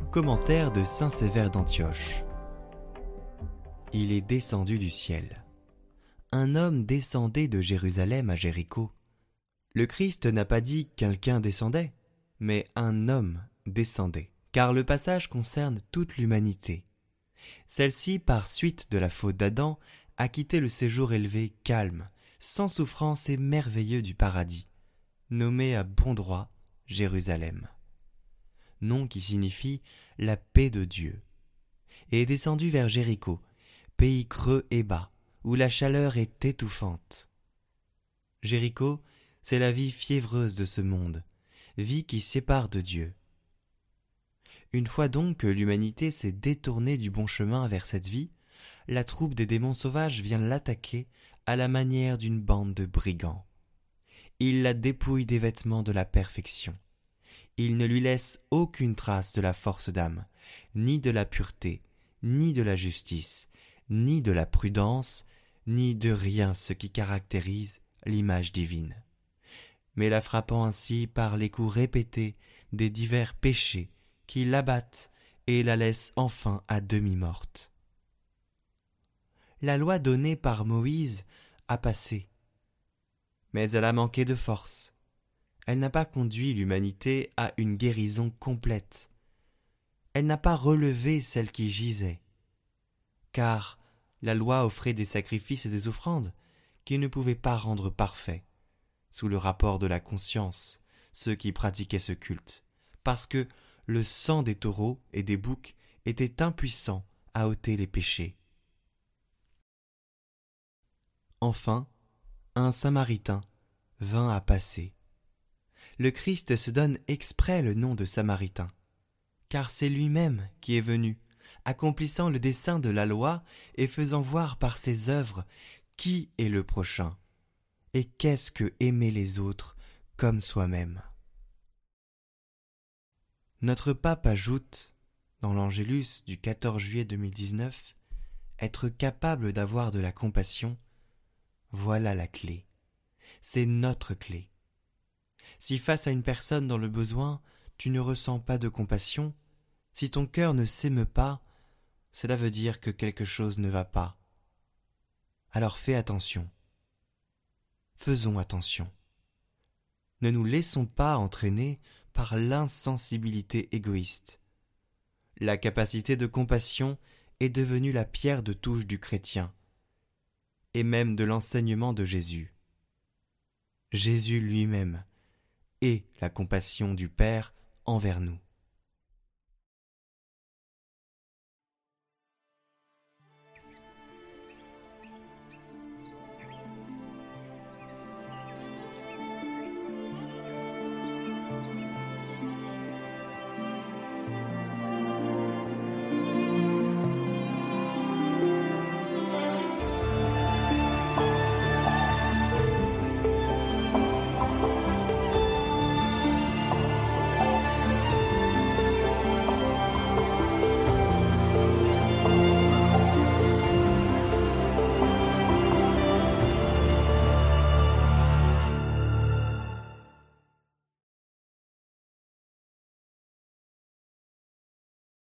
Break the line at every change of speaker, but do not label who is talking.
Commentaire de saint Sévère d'Antioche. Il est descendu du ciel. Un homme descendait de Jérusalem à Jéricho. Le Christ n'a pas dit quelqu'un descendait, mais un homme descendait, car le passage concerne toute l'humanité. Celle-ci, par suite de la faute d'Adam, a quitté le séjour élevé, calme, sans souffrance et merveilleux du paradis, nommé à bon droit Jérusalem, nom qui signifie la paix de Dieu, et est descendu vers Jéricho, pays creux et bas, où la chaleur est étouffante. Jéricho, c'est la vie fiévreuse de ce monde, vie qui sépare de Dieu. Une fois donc que l'humanité s'est détournée du bon chemin vers cette vie, la troupe des démons sauvages vient l'attaquer à la manière d'une bande de brigands. Il la dépouille des vêtements de la perfection. Il ne lui laisse aucune trace de la force d'âme, ni de la pureté, ni de la justice, ni de la prudence, ni de rien ce qui caractérise l'image divine. Mais la frappant ainsi par les coups répétés des divers péchés qui l'abattent et la laissent enfin à demi morte. La loi donnée par Moïse a passé, mais elle a manqué de force. Elle n'a pas conduit l'humanité à une guérison complète. Elle n'a pas relevé celle qui gisait, car la loi offrait des sacrifices et des offrandes qui ne pouvaient pas rendre parfaits, sous le rapport de la conscience, ceux qui pratiquaient ce culte, parce que le sang des taureaux et des boucs était impuissant à ôter les péchés. Enfin, un Samaritain vint à passer. Le Christ se donne exprès le nom de Samaritain, car c'est lui-même qui est venu, accomplissant le dessein de la loi et faisant voir par ses œuvres qui est le prochain, et qu'est-ce que aimer les autres comme soi-même. Notre pape ajoute, dans l'Angélus du 14 juillet 2019, être capable d'avoir de la compassion, voilà la clé. C'est notre clé. Si face à une personne dans le besoin, tu ne ressens pas de compassion, si ton cœur ne s'émeut pas, cela veut dire que quelque chose ne va pas. Alors fais attention. Faisons attention. Ne nous laissons pas entraîner par l'insensibilité égoïste. La capacité de compassion est devenue la pierre de touche du chrétien, et même de l'enseignement de Jésus. Jésus lui-même est la compassion du Père envers nous.